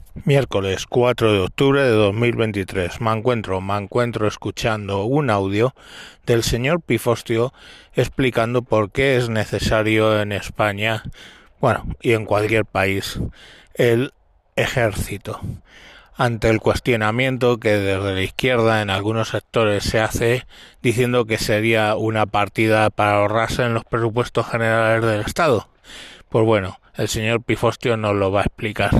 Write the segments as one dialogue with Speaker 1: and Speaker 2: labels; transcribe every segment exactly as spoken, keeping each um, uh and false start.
Speaker 1: Miércoles cuatro de octubre de dos mil veintitrés. Me encuentro, me encuentro escuchando un audio del señor Pifostio explicando por qué es necesario en España, bueno, y en cualquier país, el ejército. Ante el cuestionamiento que desde la izquierda en algunos sectores se hace diciendo que sería una partida para ahorrarse en los presupuestos generales del Estado. Pues bueno, el señor Pifostio nos lo va a explicar.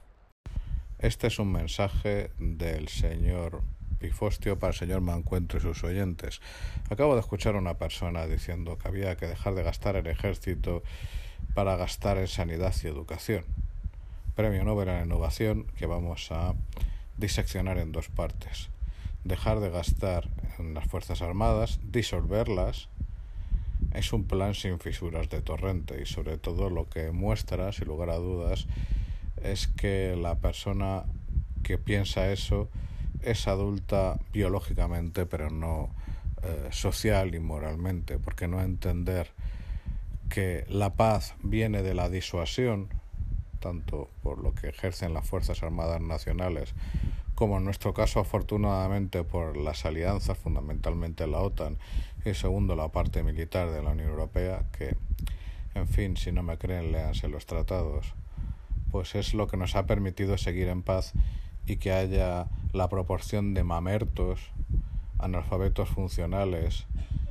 Speaker 2: Este es un mensaje del señor Pifostio para el señor Mancuentro y sus oyentes. Acabo de escuchar a una persona diciendo que había que dejar de gastar el ejército para gastar en sanidad y educación. Premio Nobel a la innovación que vamos a diseccionar en dos partes. Dejar de gastar en las Fuerzas Armadas, disolverlas, es un plan sin fisuras de torrente y sobre todo lo que muestra, sin lugar a dudas, es que la persona que piensa eso es adulta biológicamente, pero no eh, social y moralmente, porque no entender que la paz viene de la disuasión, tanto por lo que ejercen las Fuerzas Armadas Nacionales, como en nuestro caso afortunadamente por las alianzas, fundamentalmente la OTAN, y segundo la parte militar de la Unión Europea, que, en fin, si no me creen, léanse los tratados, pues es lo que nos ha permitido seguir en paz y que haya la proporción de mamertos, analfabetos funcionales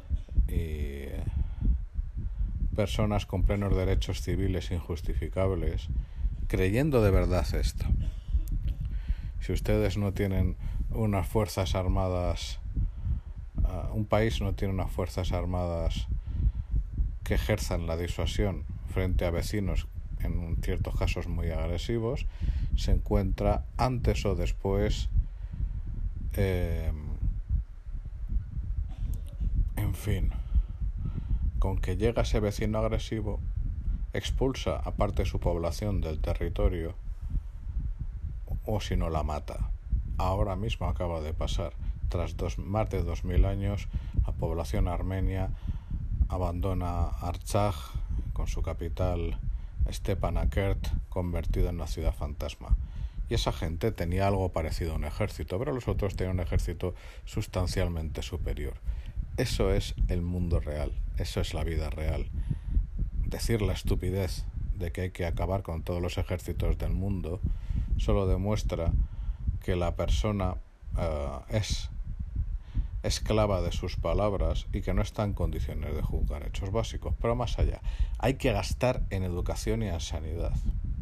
Speaker 2: y personas con plenos derechos civiles injustificables creyendo de verdad esto. Si ustedes no tienen unas fuerzas armadas, uh, un país no tiene unas fuerzas armadas que ejerzan la disuasión frente a vecinos en ciertos casos muy agresivos, se encuentra antes o después eh, en fin, con que llega ese vecino agresivo, expulsa a parte de su población del territorio, o si no la mata. Ahora mismo acaba de pasar, tras dos, más de dos mil años, la población armenia abandona Artsaj con su capital Stepanakert, convertido en una ciudad fantasma. Y esa gente tenía algo parecido a un ejército, pero los otros tenían un ejército sustancialmente superior. Eso es el mundo real, eso es la vida real. Decir la estupidez de que hay que acabar con todos los ejércitos del mundo solo demuestra que la persona uh, es esclava de sus palabras y que no está en condiciones de juzgar hechos básicos. Pero más allá, hay que gastar en educación y en sanidad.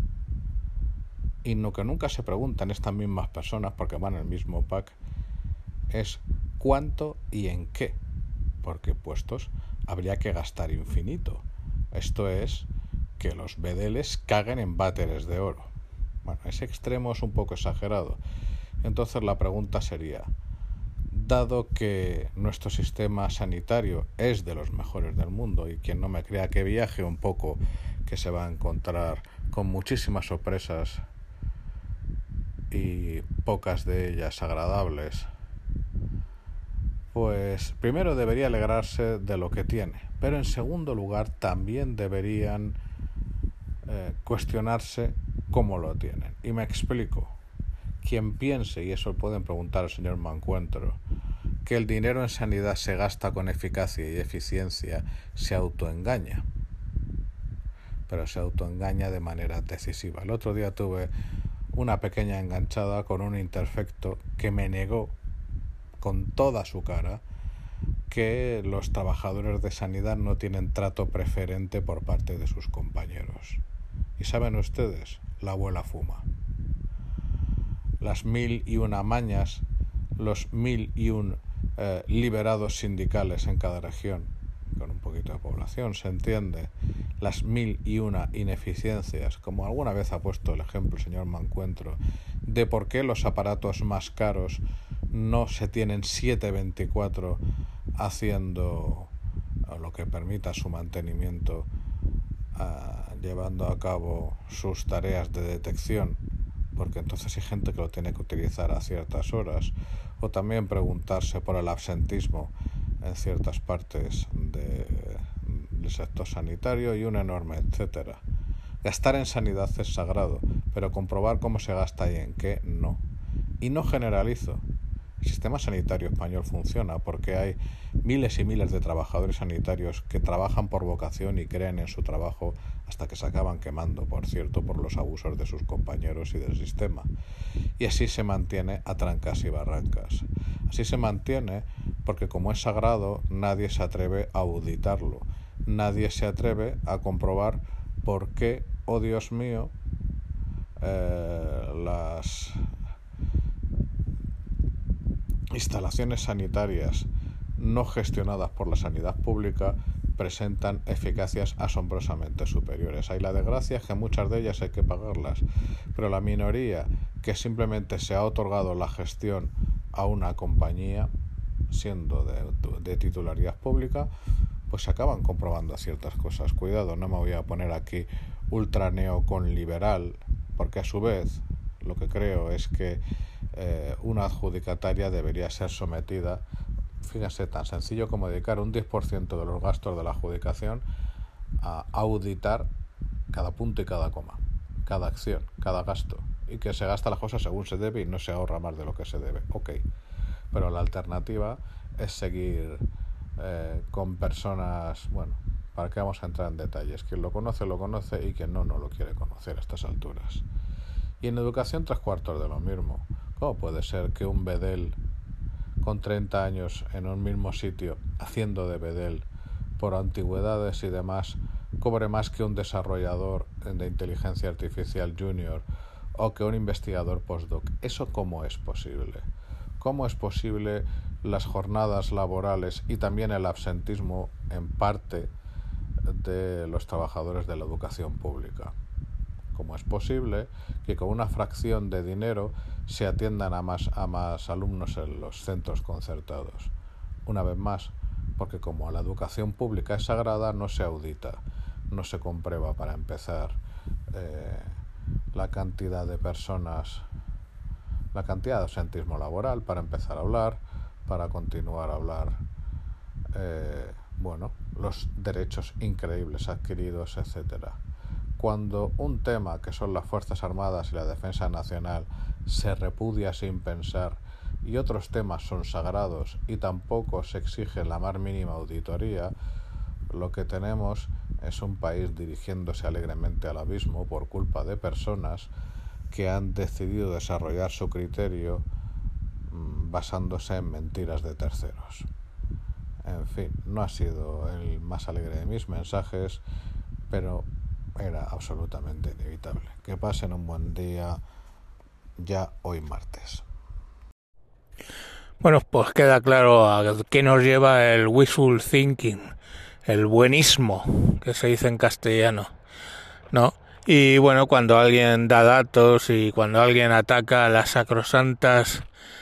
Speaker 2: Y lo que nunca se preguntan estas mismas personas, porque van en el mismo pack, es cuánto y en qué. Porque puestos habría que gastar infinito. Esto es que los bedeles caguen en váteres de oro. Bueno, ese extremo es un poco exagerado. Entonces la pregunta sería, dado que nuestro sistema sanitario es de los mejores del mundo, y quien no me crea que viaje un poco, que se va a encontrar con muchísimas sorpresas y pocas de ellas agradables, pues primero debería alegrarse de lo que tiene, pero en segundo lugar también deberían eh, cuestionarse cómo lo tienen. Y me explico. Quien piense, y eso pueden preguntar al señor Mancuentro, que el dinero en sanidad se gasta con eficacia y eficiencia, se autoengaña. Pero se autoengaña de manera decisiva. El otro día tuve una pequeña enganchada con un interfecto que me negó con toda su cara que los trabajadores de sanidad no tienen trato preferente por parte de sus compañeros. Y saben ustedes, la abuela fuma. Las mil y una mañas, los mil y un eh, liberados sindicales en cada región, con un poquito de población, se entiende, las mil y una ineficiencias, como alguna vez ha puesto el ejemplo el señor Mancuentro, de por qué los aparatos más caros no se tienen siete veinticuatro haciendo lo que permita su mantenimiento, uh, llevando a cabo sus tareas de detección, porque entonces hay gente que lo tiene que utilizar a ciertas horas, o también preguntarse por el absentismo en ciertas partes de, del sector sanitario y un enorme etcétera. Gastar en sanidad es sagrado, pero comprobar cómo se gasta y en qué no. Y no generalizo. El sistema sanitario español funciona porque hay miles y miles de trabajadores sanitarios que trabajan por vocación y creen en su trabajo hasta que se acaban quemando, por cierto, por los abusos de sus compañeros y del sistema. Y así se mantiene a trancas y barrancas. Así se mantiene porque, como es sagrado, nadie se atreve a auditarlo. Nadie se atreve a comprobar por qué, oh Dios mío, eh, las instalaciones sanitarias no gestionadas por la sanidad pública presentan eficacias asombrosamente superiores. Hay la desgracia que muchas de ellas hay que pagarlas, pero la minoría que simplemente se ha otorgado la gestión a una compañía, siendo de, de titularidad pública, pues se acaban comprobando ciertas cosas. Cuidado, no me voy a poner aquí ultra neoconliberal, porque a su vez lo que creo es que eh, una adjudicataria debería ser sometida, fíjense, tan sencillo como dedicar un diez por ciento de los gastos de la adjudicación a auditar cada punto y cada coma, cada acción, cada gasto, y que se gasta las cosas según se debe y no se ahorra más de lo que se debe. Ok, pero la alternativa es seguir eh, con personas, bueno, ¿para qué vamos a entrar en detalles? Quien lo conoce, lo conoce, y quien no, no lo quiere conocer a estas alturas. Y en educación, tres cuartos de lo mismo. ¿Cómo puede ser que un bedel con treinta años en un mismo sitio, haciendo de bedel por antigüedades y demás, cobre más que un desarrollador de inteligencia artificial junior o que un investigador postdoc? ¿Eso cómo es posible? ¿Cómo es posible las jornadas laborales y también el absentismo en parte de los trabajadores de la educación pública? ¿Cómo es posible que con una fracción de dinero se atiendan a más, a más alumnos en los centros concertados? Una vez más, porque como la educación pública es sagrada, no se audita, no se comprueba, para empezar, eh, la cantidad de personas, la cantidad de absentismo laboral, para empezar a hablar, para continuar a hablar, eh, bueno, los derechos increíbles adquiridos, etcétera. Cuando un tema que son las Fuerzas Armadas y la Defensa Nacional se repudia sin pensar, y otros temas son sagrados y tampoco se exige la más mínima auditoría, lo que tenemos es un país dirigiéndose alegremente al abismo por culpa de personas que han decidido desarrollar su criterio mmm, basándose en mentiras de terceros. En fin, no ha sido el más alegre de mis mensajes, pero era absolutamente inevitable. Que pasen un buen día ya hoy martes.
Speaker 1: Bueno, pues queda claro a qué nos lleva el wishful thinking, el buenismo, que se dice en castellano, ¿no? Y bueno, cuando alguien da datos y cuando alguien ataca a las sacrosantas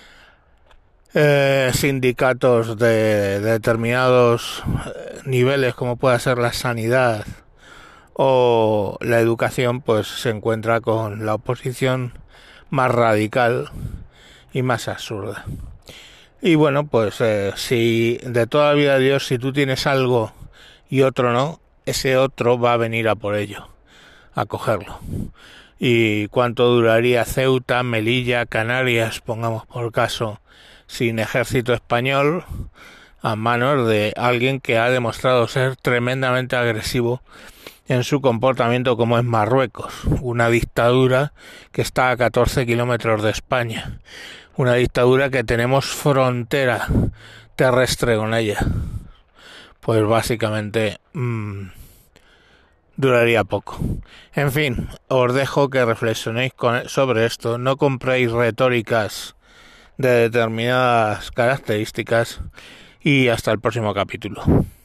Speaker 1: eh, sindicatos de, de determinados niveles, como pueda ser la sanidad o la educación, pues se encuentra con la oposición más radical y más absurda. Y bueno, pues eh, si de toda la vida de Dios, si tú tienes algo y otro no, ese otro va a venir a por ello, a cogerlo. ¿Y cuánto duraría Ceuta, Melilla, Canarias, pongamos por caso, sin ejército español, a manos de alguien que ha demostrado ser tremendamente agresivo en su comportamiento, como es Marruecos, una dictadura que está a catorce kilómetros de España, una dictadura que tenemos frontera terrestre con ella? Pues básicamente mmm, duraría poco. En fin, os dejo que reflexionéis con, sobre esto, no compréis retóricas de determinadas características y hasta el próximo capítulo.